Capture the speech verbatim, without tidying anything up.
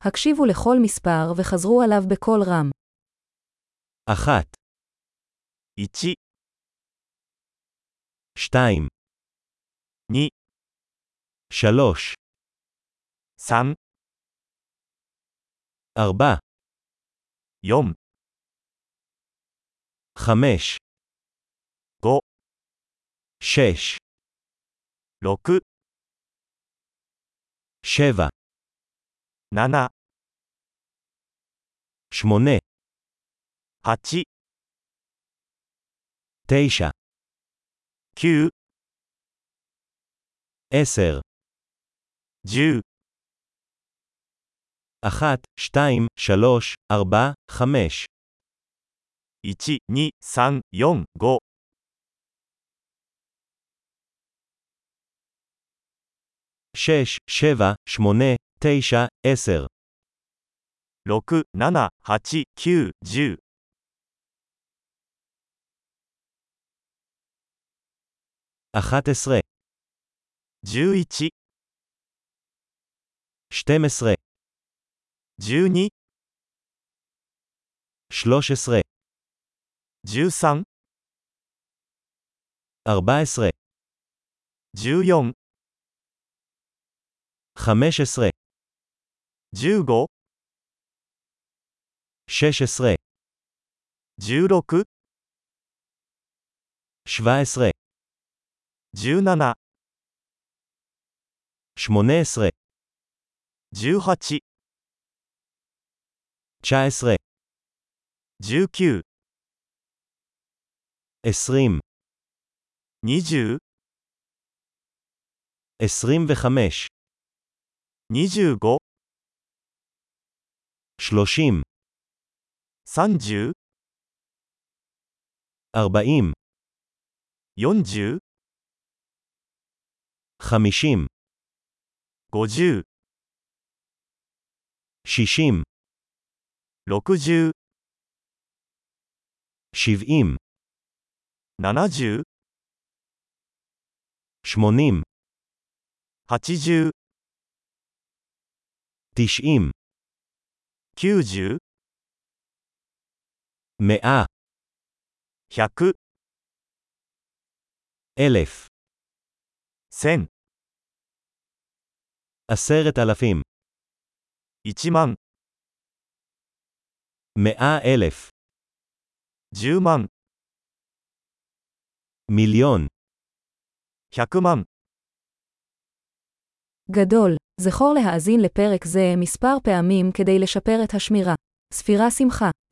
הקשיבו לכל מספר וחזרו עליו בקול רם. אחת, いち、 שתיים, に、 שלוש, さん、 ארבע, よん、 חמש, ご、 שש, ろく、 שבע, なな、 שמונה, はち、 תשע, きゅう、 עשר, じゅう、 אחת, שתיים, שלוש, ארבע, חמש, いち、に、さん、よん、ご、 שש, שבע, שמונה, תשע, עשר, ろく、なな、はち、きゅう、じゅう、 אחת עשרה, じゅういち、 שתים עשרה, じゅうに、 שלוש עשרה, じゅうさん、 ארבע עשרה, じゅうよん、 חמש עשרה, じゅうご、 שש עשרה, じゅうろく、 שבע עשרה, じゅうなな、 שמונה עשרה, じゅうはち、 תשע עשרה, じゅうきゅう、 עשרים, にじゅう、 עשרים וחמש, にじゅうご、 שלושים, さんじゅう、 ארבעים, よんじゅう、 חמישים, ごじゅう、 שישים, ろくじゅう、 שבעים, ななじゅう、 שמונים, はちじゅう、 תשעים, きゅうじゅう、 מאה, ひゃく、 אלף, せん、 עשרת אלפים, いちまん、 מאה אלף, じゅうまん、 מיליון, ひゃくまん。 גדול. זכור להאזין לפרק זה מספר פעמים כדי לשפר את השמירה. ספירה שמחה.